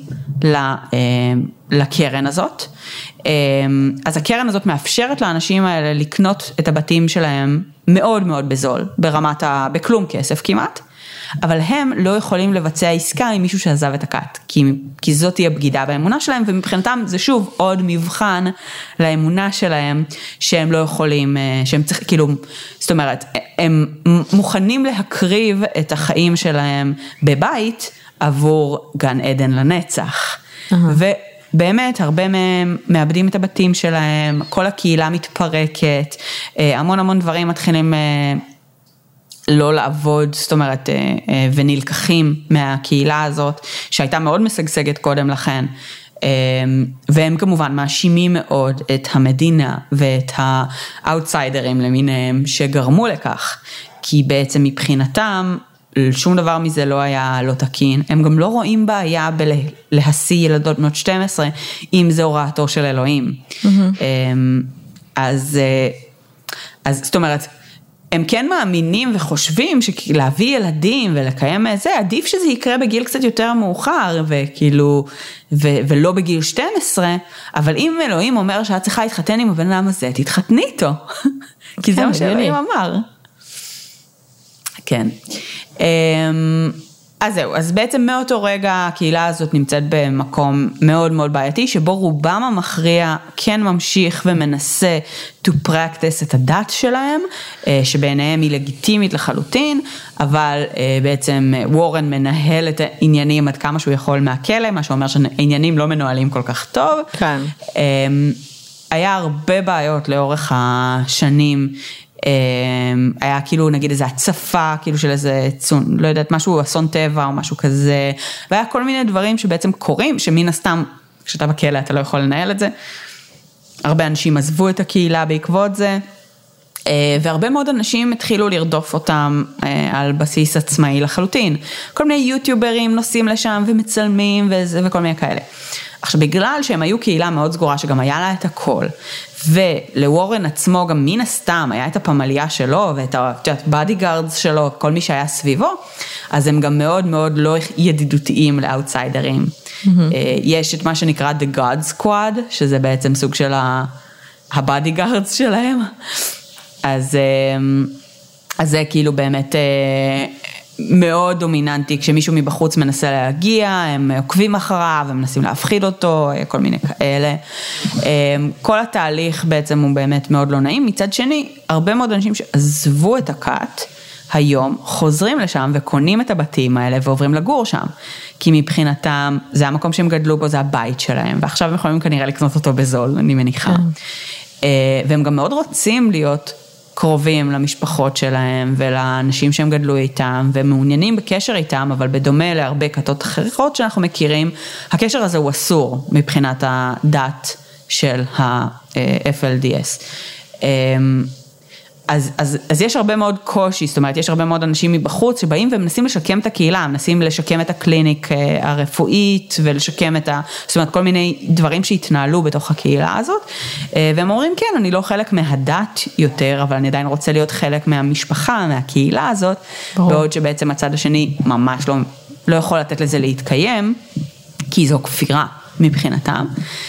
B: לקרן הזאת, אז הקרן הזאת מאפשרת לאנשים האלה לקנות את הבתים שלהם מאוד מאוד בזול, ברמת ה... בכלום כסף כמעט, אבל הם לא יכולים לבצע עסקה עם מישהו שעזב את הכת, כי, כי זאת תהיה בגידה באמונה שלהם, ומבחינתם זה שוב עוד מבחן לאמונה שלהם, שהם לא יכולים, שהם צריכים, כאילו, זאת אומרת, הם מוכנים להקריב את החיים שלהם בבית, עבור גן עדן לנצח. Uh-huh. ובאמת, הרבה מהם מאבדים את הבתים שלהם, כל הקהילה מתפרקת, המון המון דברים מתחילים לא לעבוד, זאת אומרת, ונלקחים מהקהילה הזאת, שהייתה מאוד משגשגת קודם לכן, והם כמובן מאשימים מאוד את המדינה ואת האוטסיידרים למיניהם שגרמו לכך, כי בעצם מבחינתם שום דבר מזה לא היה לא תקין, הם גם לא רואים בעיה בלהשיא ילדות בנות שתים עשרה, אם זה הוראתו של אלוהים. Mm-hmm. אז, אז זאת אומרת, הם כן מאמינים וחושבים שלהביא ילדים ולקיים זה, עדיף שזה יקרה בגיל קצת יותר מאוחר, וכאילו, ו, ולא בגיל שתים עשרה, אבל אם אלוהים אומר שאת צריכה להתחתן עם הבן אדם הזה, תתחתני איתו, כי זה מה שאלוהים אמר. כן. אז זהו, אז בעצם מאותו רגע הקהילה הזאת נמצאת במקום מאוד מאוד בעייתי, שבו רובם המכריע כן ממשיך ומנסה to practice את הדת שלהם, שבעיניהם היא לגיטימית לחלוטין, אבל בעצם וורן מנהל את העניינים עד כמה שהוא יכול מהכלא, מה שאומר שהעניינים לא מנוהלים כל כך טוב.
A: כן.
B: היה הרבה בעיות לאורך השנים, היה כאילו נגיד איזה הצפה כאילו של איזה צון, לא יודעת, משהו אסון טבע או משהו כזה, והיה כל מיני דברים שבעצם קורים, שמן הסתם כשאתה בכלא אתה לא יכול לנהל את זה, הרבה אנשים עזבו את הקהילה בעקבות זה, והרבה מאוד אנשים התחילו לרדוף אותם על בסיס עצמאי לחלוטין, כל מיני יוטיוברים נוסעים לשם ומצלמים וזה, וכל מיני כאלה. עכשיו בגלל שהם היו קהילה מאוד סגורה שגם היה לה את הכל, ולוורן עצמו גם מן הסתם היה את הפמליה שלו ואת הבאדיגארדס שלו, כל מי שהיה סביבו, אז הם גם מאוד מאוד לא ידידותיים לאוטסיידרים. Mm-hmm. יש את מה שנקרא The God Squad, שזה בעצם סוג של הבאדיגארדס שלהם, אז, אז זה כאילו באמת מאוד דומיננטי, כשמישהו מבחוץ מנסה להגיע, הם עוקבים אחריו, הם מנסים להפחיד אותו, כל מיני כאלה. כל התהליך בעצם הוא באמת מאוד לא נעים. מצד שני, הרבה מאוד אנשים שעזבו את הכת, היום חוזרים לשם וקונים את הבתים האלה ועוברים לגור שם. כי מבחינתם, זה המקום שהם גדלו בו, זה הבית שלהם, ועכשיו הם יכולים כנראה לקנות אותו בזול, אני מניחה. והם גם מאוד רוצים להיות קרובים למשפחות שלהם ולאנשים שהם גדלו איתם ומעוניינים בקשר איתם, אבל בדומה להרבה כתות אחרות שאנחנו מכירים, הקשר הזה הוא אסור מבחינת הדת של ה-אף אל די אס. אז, אז, אז יש הרבה מאוד קושי, זאת אומרת, יש הרבה מאוד אנשים מבחוץ שבאים ומנסים לשקם את הקהילה, מנסים לשקם את הקליניק הרפואית ולשקם את ה... זאת אומרת, כל מיני דברים שהתנהלו בתוך הקהילה הזאת, והם אומרים, כן, אני לא חלק מהדת יותר, אבל אני עדיין רוצה להיות חלק מהמשפחה, מהקהילה הזאת, ברור. בעוד שבעצם הצד השני ממש לא, לא יכול לתת לזה להתקיים, כי זו כפירה מבחינתם.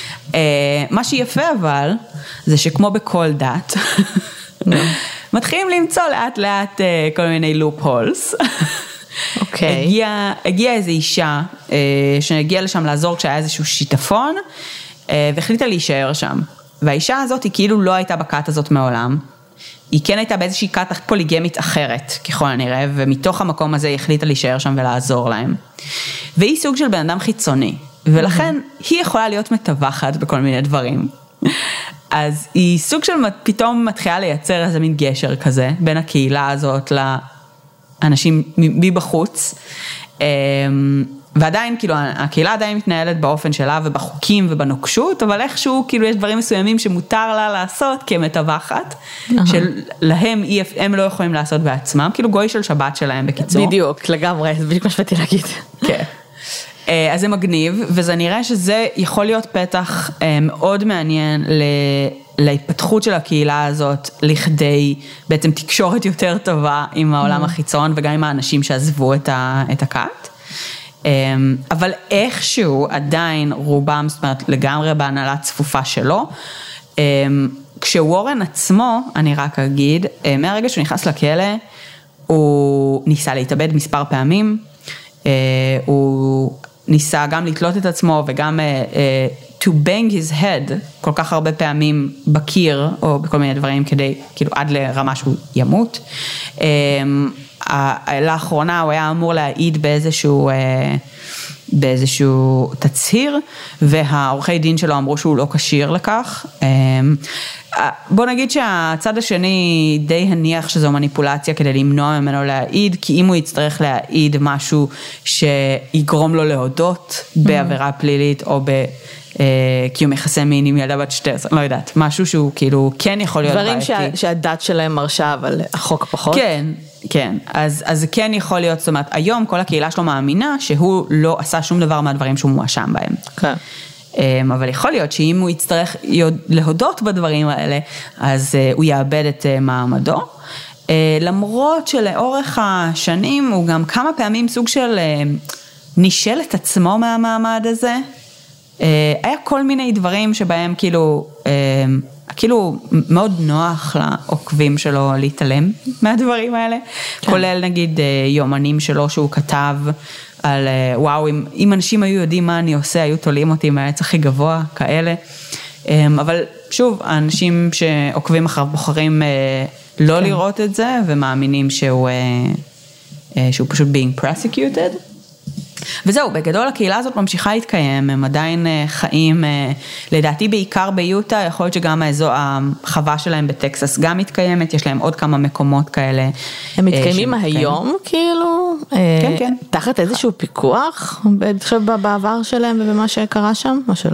B: מה שיפה אבל, זה שכמו בכל דת, מתחילים למצוא לאט לאט כל מיני לופ הולס. אוקיי.
A: הגיעה
B: הגיעה איזו אישה שהגיעה לשם לעזור כשהיה איזשהו שיטפון, והחליטה להישאר שם. והאישה הזאת היא כאילו לא הייתה בכת הזאת מעולם. היא כן הייתה באיזושהי כת פוליגמית אחרת, ככל הנראה, ומתוך המקום הזה היא החליטה להישאר שם ולעזור להם. והיא סוג של בן אדם חיצוני, ולכן היא יכולה להיות מטווחת בכל מיני דברים. אז היא סוג של פתאום מתחילה לייצר איזה מין גשר כזה, בין הקהילה הזאת לאנשים מבחוץ, ועדיין כאילו הקהילה עדיין מתנהלת באופן שלה ובחוקים ובנוקשות, אבל איכשהו כאילו יש דברים מסוימים שמותר לה לעשות כמטווחת, שלהם הם לא יכולים לעשות בעצמם, כאילו גוי של שבת שלהם בקיצור.
A: בדיוק, לגמרי, זה בדיוק מה שבאתי להגיד.
B: כן. אז זה מגניב, וזה נראה שזה יכול להיות פתח מאוד מעניין להתפתחות של הקהילה הזאת, לכדי בעצם תקשורת יותר טובה עם העולם החיצון, וגם עם האנשים שעזבו את הכת. אבל איכשהו עדיין רובם, זאת אומרת לגמרי בהנהלה צפופה שלו, כשוורן עצמו, אני רק אגיד, מהרגע שהוא נכנס לכלא, הוא ניסה להתאבד מספר פעמים, הוא ניסה גם לתלות את עצמו וגם uh, to bang his head כל כך הרבה פעמים בקיר או בכל מיני דברים כדי, כאילו עד לרמה שהוא ימות. Um, לאחרונה הוא היה אמור להעיד באיזשהו, uh, באיזשהו תצהיר, והעורכי דין שלו אמרו שהוא לא כשיר לכך. Um, בוא נגיד שהצד השני די הניח שזו מניפולציה כדי למנוע ממנו להעיד, כי אם הוא יצטרך להעיד משהו שיגרום לו להודות בעבירה פלילית או כי הוא מכסה מין עם ילדה בת שתי עשרה, לא יודעת, משהו שהוא כאילו כן יכול להיות בעייתי.
A: דברים שהדת שלהם מרשה, אבל החוק פחות.
B: כן, כן, אז, אז זה כן יכול להיות, זאת אומרת, היום כל הקהילה שלו מאמינה שהוא לא עשה שום דבר מהדברים שהוא מואשם בהם.
A: כן.
B: אבל יכול להיות שאם הוא יצטרך להודות בדברים האלה, אז הוא יאבד את מעמדו. למרות שלאורך השנים הוא גם כמה פעמים סוג של נישל את עצמו מהמעמד הזה. היה כל מיני דברים שבהם כאילו, כאילו מאוד נוח לעוקבים שלו להתעלם מהדברים האלה. כן. כולל נגיד יומנים שלו שהוא כתב על וואו, אם, אם אנשים היו יודעים מה אני עושה, היו תולים אותי מהעץ הכי גבוה, כאלה. אבל שוב, האנשים שעוקבים אחריו בוחרים לא כן. לראות את זה, ומאמינים שהוא, שהוא פשוט being prosecuted. וזהו, בגדול הקהילה הזאת ממשיכה להתקיים, הם עדיין חיים, לדעתי בעיקר ביוטה, יכול להיות שגם האזור, החווה שלהם בטקסס גם מתקיימת, יש להם עוד כמה מקומות כאלה.
A: הם מתקיימים היום כאילו?
B: כן, כן.
A: תחת איזשהו פיקוח, בעבר שלהם ובמה שקרה שם, או שלא?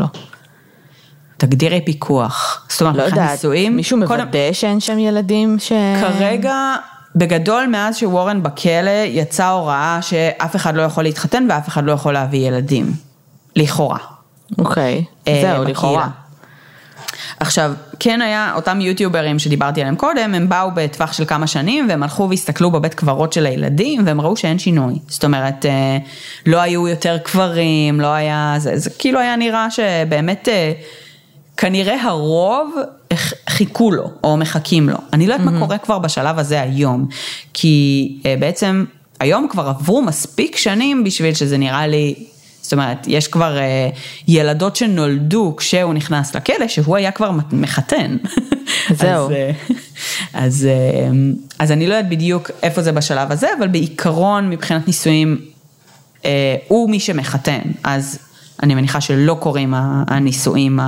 B: תגדירי פיקוח. זאת אומרת,
A: לא יודעת, מישהו מוודא שאין שם ילדים ש...
B: כרגע... בגדול, מאז שוורן בכלא, יצאה הוראה שאף אחד לא יכול להתחתן, ואף אחד לא יכול להביא ילדים. לכאורה.
A: אוקיי, זהו, לכאורה.
B: עכשיו, כן היה, אותם יוטיוברים שדיברתי עליהם קודם, הם באו בטווח של כמה שנים, והם הלכו והסתכלו בבית קברות של הילדים, והם ראו שאין שינוי. זאת אומרת, לא היו יותר קברים, לא היה, זה, זה כאילו היה נראה שבאמת... כנראה הרוב חיכו לו, או מחכים לו. אני לא יודעת מה קורה כבר בשלב הזה היום, כי בעצם היום כבר עברו מספיק שנים בשביל שזה נראה לי, זאת אומרת, יש כבר ילדות שנולדו כשהוא נכנס לכלא, שהוא היה כבר מחתן.
A: זהו.
B: אז, אז, אז אני לא יודעת בדיוק איפה זה בשלב הזה, אבל בעיקרון מבחינת נישואים, הוא מי שמחתן, אז... אני מניחה שלא קוראים הנישואים,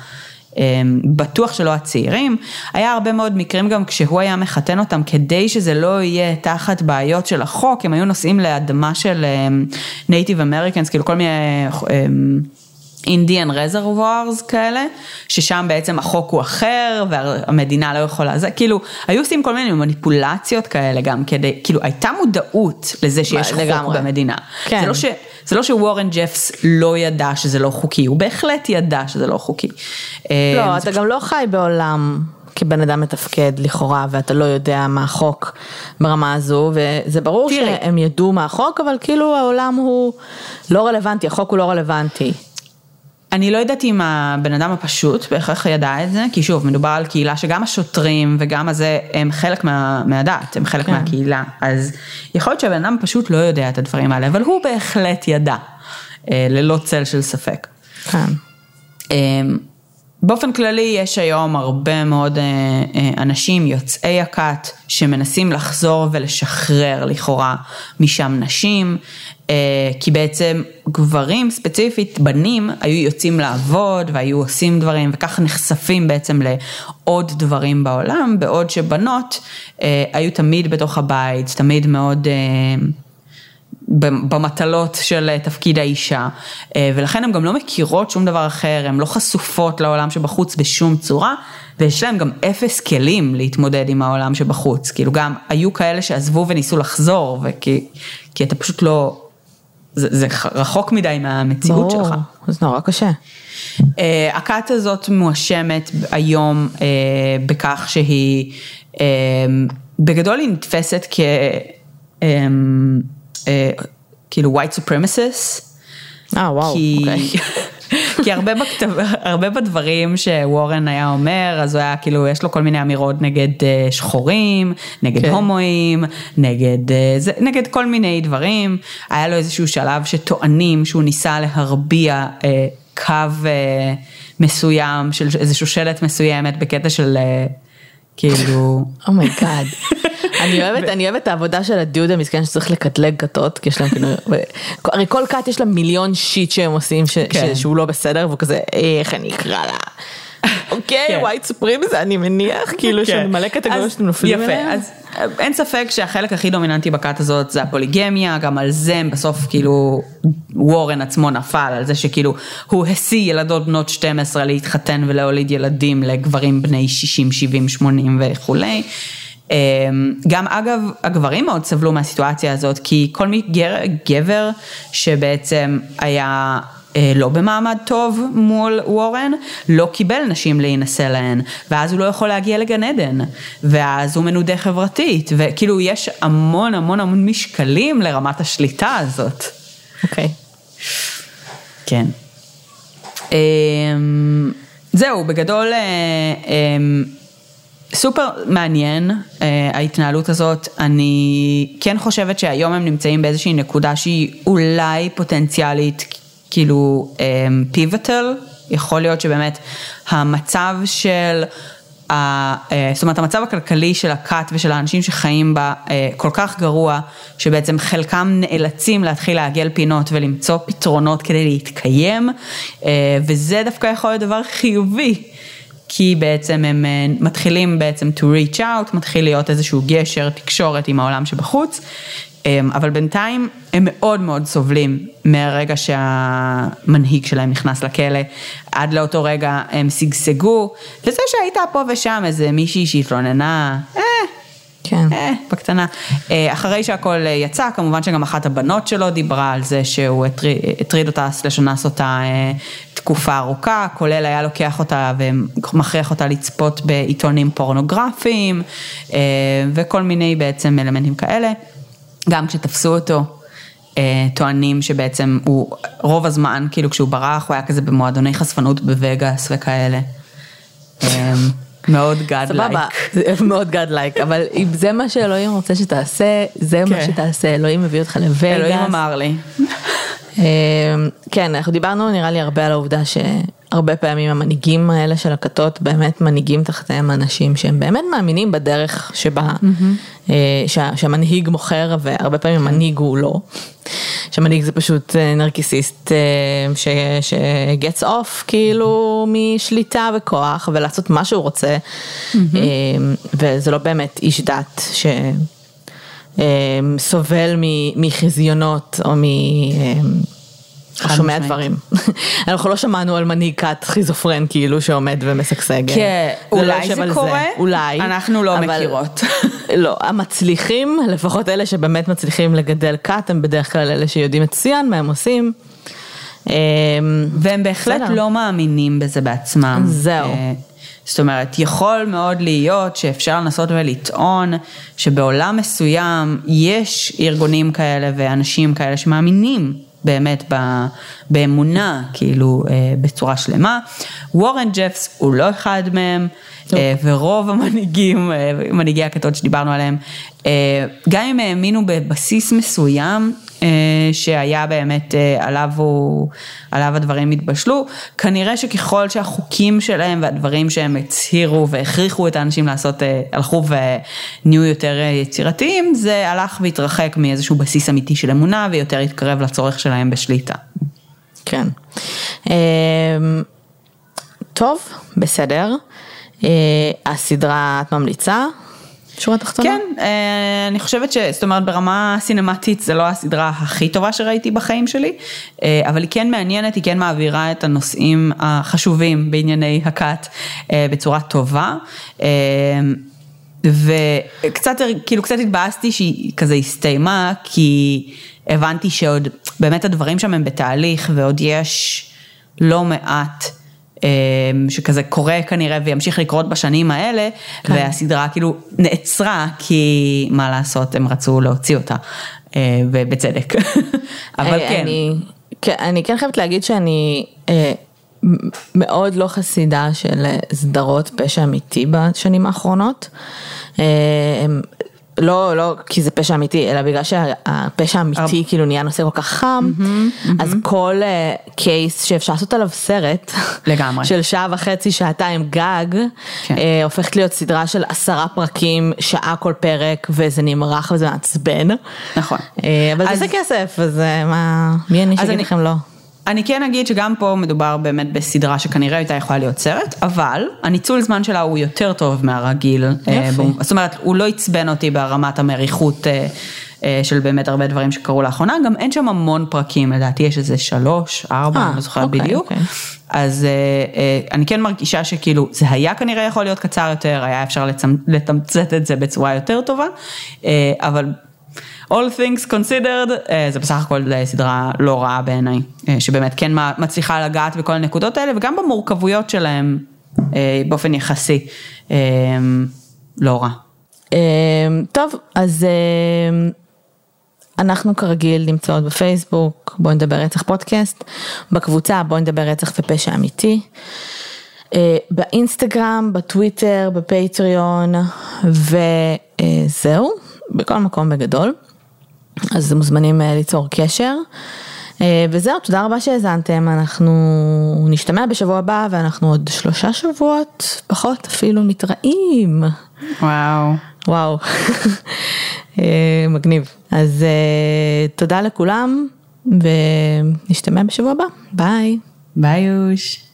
B: בטוח שלא הצעירים. היה הרבה מאוד מקרים גם כשהוא היה מחתן אותם, כדי שזה לא יהיה תחת בעיות של החוק, הם היו נוסעים לאדמה של נייטיב אמריקנס, כאילו כל מיני אינדיאן רזרבוארס כאלה, ששם בעצם החוק הוא אחר, והמדינה לא יכולה, זה כאילו, היו עושים כל מיני מניפולציות כאלה גם, כדי, כאילו הייתה מודעות לזה שיש חוק במדינה.
A: כן.
B: זה לא ש... זה לא שוורן ג'פס לא ידע שזה לא חוקי, הוא בהחלט ידע שזה לא חוקי.
A: לא, אתה גם לא חי בעולם כבן אדם מתפקד לכאורה, ואתה לא יודע מה החוק ברמה הזו, וזה ברור שהם ידעו מה החוק, אבל כאילו העולם הוא לא רלוונטי, החוק הוא לא רלוונטי.
B: אני לא יודעת אם הבן אדם הפשוט בהכרח ידע את זה, כי שוב, מדובר על קהילה שגם השוטרים וגם הזה הם חלק מה, מהדת, הם חלק כן. מהקהילה, אז יכול להיות שהבן אדם פשוט לא יודע את הדברים האלה, אבל הוא בהחלט ידע, ללא צל של ספק.
A: כן.
B: באופן כללי יש היום הרבה מאוד אנשים יוצאי הכת שמנסים לחזור ולשחרר לכאורה משם נשים, כי בעצם גברים ספציפית, בנים, היו יוצאים לעבוד והיו עושים דברים וככה נחשפים בעצם לעוד דברים בעולם, בעוד שבנות היו תמיד בתוך הבית, תמיד מאוד... במטלות של תפקיד האישה, ולכן הן גם לא מכירות שום דבר אחר, הן לא חשופות לעולם שבחוץ בשום צורה, ויש להם גם אפס כלים להתמודד עם העולם שבחוץ, כאילו גם היו כאלה שעזבו וניסו לחזור, וכי, כי אתה פשוט לא, זה, זה רחוק מדי מהמציאות שלך.
A: זה נורא קשה.
B: הכת הזאת מואשמת היום בכך שהיא, בגדול היא נתפסת כ... כאילו white supremacists.
A: אה, וואו, אוקיי.
B: כי הרבה בכתב, הרבה בדברים שוורן היה אומר, אז הוא היה כאילו, יש לו כל מיני אמירות נגד שחורים, נגד הומואים, נגד, נגד כל מיני דברים. היה לו איזשהו שלב שטוענים שהוא ניסה להרביע קו מסוים, של איזשהו שלט מסוימת בקטע של כאילו...
A: אומייגאד. אני אוהבת, אני אוהבת את העבודה של הדיוד המסכן שצריך לקטלג כתות, כי יש להם כאילו, הרי כל קט יש לה מיליון שיט שהם עושים שהוא לא בסדר, והוא כזה, איך אני אקרא לה? אוקיי, ווייט סופרים זה אני מניח, כאילו שאני מלא קטגוריה שאתם נופלים עליהם.
B: יפה, אין ספק שהחלק הכי דומיננטי בכת הזאת זה הפוליגמיה, גם על זה בסוף כאילו וורן עצמו נפל, על זה שכאילו הוא השיא ילדות בנות שתים עשרה להתחתן ולהוליד ילדים לגברים בני שישים, שבעים, שמונים וכולי. גם אגב, הגברים מאוד סבלו מהסיטואציה הזאת, כי כל מי גבר שבעצם היה לא במעמד טוב מול וורן, לא קיבל נשים להינשא להן, ואז הוא לא יכול להגיע לגן עדן, ואז הוא מנודה חברתית, וכאילו יש המון המון המון משקלים לרמת השליטה הזאת.
A: אוקיי.
B: כן. זהו, בגדול סופר מעניין ההתנהלות הזאת. אני כן חושבת שהיום הם נמצאים באיזושהי נקודה שהיא אולי פוטנציאלית כאילו פיבוטל, יכול להיות שבאמת המצב של, זאת אומרת המצב הכלכלי של הכת ושל האנשים שחיים בה כל כך גרוע, שבעצם חלקם נאלצים להתחיל לעגל פינות ולמצוא פתרונות כדי להתקיים, וזה דווקא יכול להיות דבר חיובי, כי בעצם הם מתחילים בעצם to reach out, מתחיל להיות איזשהו גשר, תקשורת עם העולם שבחוץ, אבל בינתיים הם מאוד מאוד סובלים מהרגע שהמנהיג שלהם נכנס לכלא, עד לאותו רגע הם סגסגו, וזה שהייתה פה ושם איזה מישהי שהתלוננה, אה,
A: כן.
B: אה, בקטנה. אחרי שהכל יצא, כמובן שגם אחת הבנות שלו דיברה על זה שהוא הטריד אותה, סלשונס אותה תקופה ארוכה, כולל היה לוקח אותה ומכריח אותה לצפות בעיתונים פורנוגרפיים, וכל מיני בעצם אלמנטים כאלה. גם כשתפסו אותו, טוענים שבעצם הוא רוב הזמן, כאילו כשהוא ברח, הוא היה כזה במועדוני חשפנות בווגאס וכאלה. מאוד גאד לייק.
A: סבבה, מאוד גאד לייק, אבל אם זה מה שאלוהים רוצה שתעשה, זה מה שתעשה, אלוהים מביא אותך לווגאס.
B: אלוהים אמר לי.
A: כן, אנחנו דיברנו נראה לי הרבה על העובדה שהרבה פעמים המנהיגים האלה של הכתות באמת מנהיגים תחתיהם אנשים שהם באמת מאמינים בדרך שבה, שהמנהיג מוכר, והרבה פעמים המנהיג הוא לא. שהמנהיג זה פשוט נרקיסיסט ש-gets off כאילו משליטה וכוח ולעשות מה שהוא רוצה, וזה לא באמת איש דת שסובל מחזיונות או מ... שומע דברים. אנחנו לא שמענו על מנהיג כת חיזופרן כאילו שעומד ומשגשג.
B: כן, אולי זה קורה,
A: אולי.
B: אנחנו לא מכירות.
A: לא, המצליחים, לפחות אלה שבאמת מצליחים לגדל כת, הם בדרך כלל אלה שיודעים מצוין מה הם עושים.
B: והם בהחלט לא מאמינים בזה בעצמם.
A: זהו.
B: זאת אומרת, יכול מאוד להיות שאפשר לנסות ולטעון שבעולם מסוים יש ארגונים כאלה ואנשים כאלה שמאמינים באמת באמונה, כאילו בצורה שלמה. וורן ג'פס הוא לא אחד מהם, ורוב המנהיגים, מנהיגי הכתות שדיברנו עליהם, גם אם האמינו בבסיס מסוים, שהיה באמת עליו, הוא, עליו הדברים התבשלו, כנראה שככל שהחוקים שלהם והדברים שהם הצהירו והכריחו את האנשים לעשות, הלכו ונהיו יותר יצירתיים, זה הלך והתרחק מאיזשהו בסיס אמיתי של אמונה, ויותר התקרב לצורך שלהם בשליטה.
A: כן. טוב, בסדר. הסדרה את ממליצה? שורה תחתונה?
B: כן, אני חושבת ש, זאת אומרת, ברמה סינמטית זה לא הסדרה הכי טובה שראיתי בחיים שלי, אבל היא כן מעניינת, היא כן מעבירה את הנושאים החשובים בענייני הכת בצורה טובה, וקצת, כאילו קצת התבאסתי שהיא כזה הסתיימה, כי הבנתי שעוד, באמת הדברים שם הם בתהליך, ועוד יש לא מעט, שכזה קורה כנראה וימשיך לקרות בשנים האלה, כן. והסדרה כאילו נעצרה, כי מה לעשות, הם רצו להוציא אותה, ובצדק. אבל כן.
A: אני, אני כן חייבת להגיד שאני מאוד לא חסידה של סדרות פשע אמיתי בשנים האחרונות, לא, לא, כי זה פשע אמיתי, אלא בגלל שהפשע האמיתי כאילו נהיה נושא כל כך חם, אז כל קייס שאפשר לעשות עליו סרט,
B: לגמרי.
A: של שעה וחצי, שעתיים גג, הופכת להיות סדרה של עשרה פרקים, שעה כל פרק, וזה נמרח וזה מעצבן.
B: נכון.
A: אבל זה כסף, אז מה, מי אני שגיד לכם לא?
B: אני כן אגיד שגם פה מדובר באמת בסדרה שכנראה הייתה יכולה להיות סרט, אבל הניצול זמן שלה הוא יותר טוב מהרגיל.
A: יופי.
B: זאת אומרת, הוא לא יצבן אותי ברמת המריחות של באמת הרבה דברים שקרו לאחרונה, גם אין שם המון פרקים, לדעתי יש איזה שלוש, ארבע, אני לא זוכרת
A: אוקיי,
B: בדיוק.
A: אוקיי.
B: אז אני כן מרגישה שכאילו, זה היה כנראה יכול להיות קצר יותר, היה אפשר לתמצת את זה בצורה יותר טובה, אבל all things considered, זה בסך הכל סדרה לא רעה בעיניי, שבאמת כן מצליחה לגעת בכל הנקודות האלה, וגם במורכבויות שלהם באופן יחסי, לא רע.
A: טוב, אז אנחנו כרגיל נמצאות בפייסבוק, בואו נדבר רצח פודקאסט, בקבוצה בואו נדבר רצח ופשע אמיתי, באינסטגרם, בטוויטר, בפטריון, וזהו, בכל מקום בגדול. אז מוזמנים ליצור קשר, וזהו, תודה רבה שהזנתם, אנחנו נשתמע בשבוע הבא, ואנחנו עוד שלושה שבועות, פחות אפילו מתראים.
B: וואו.
A: וואו, מגניב. אז תודה לכולם, ונשתמע בשבוע הבא, ביי.
B: ביי יוש.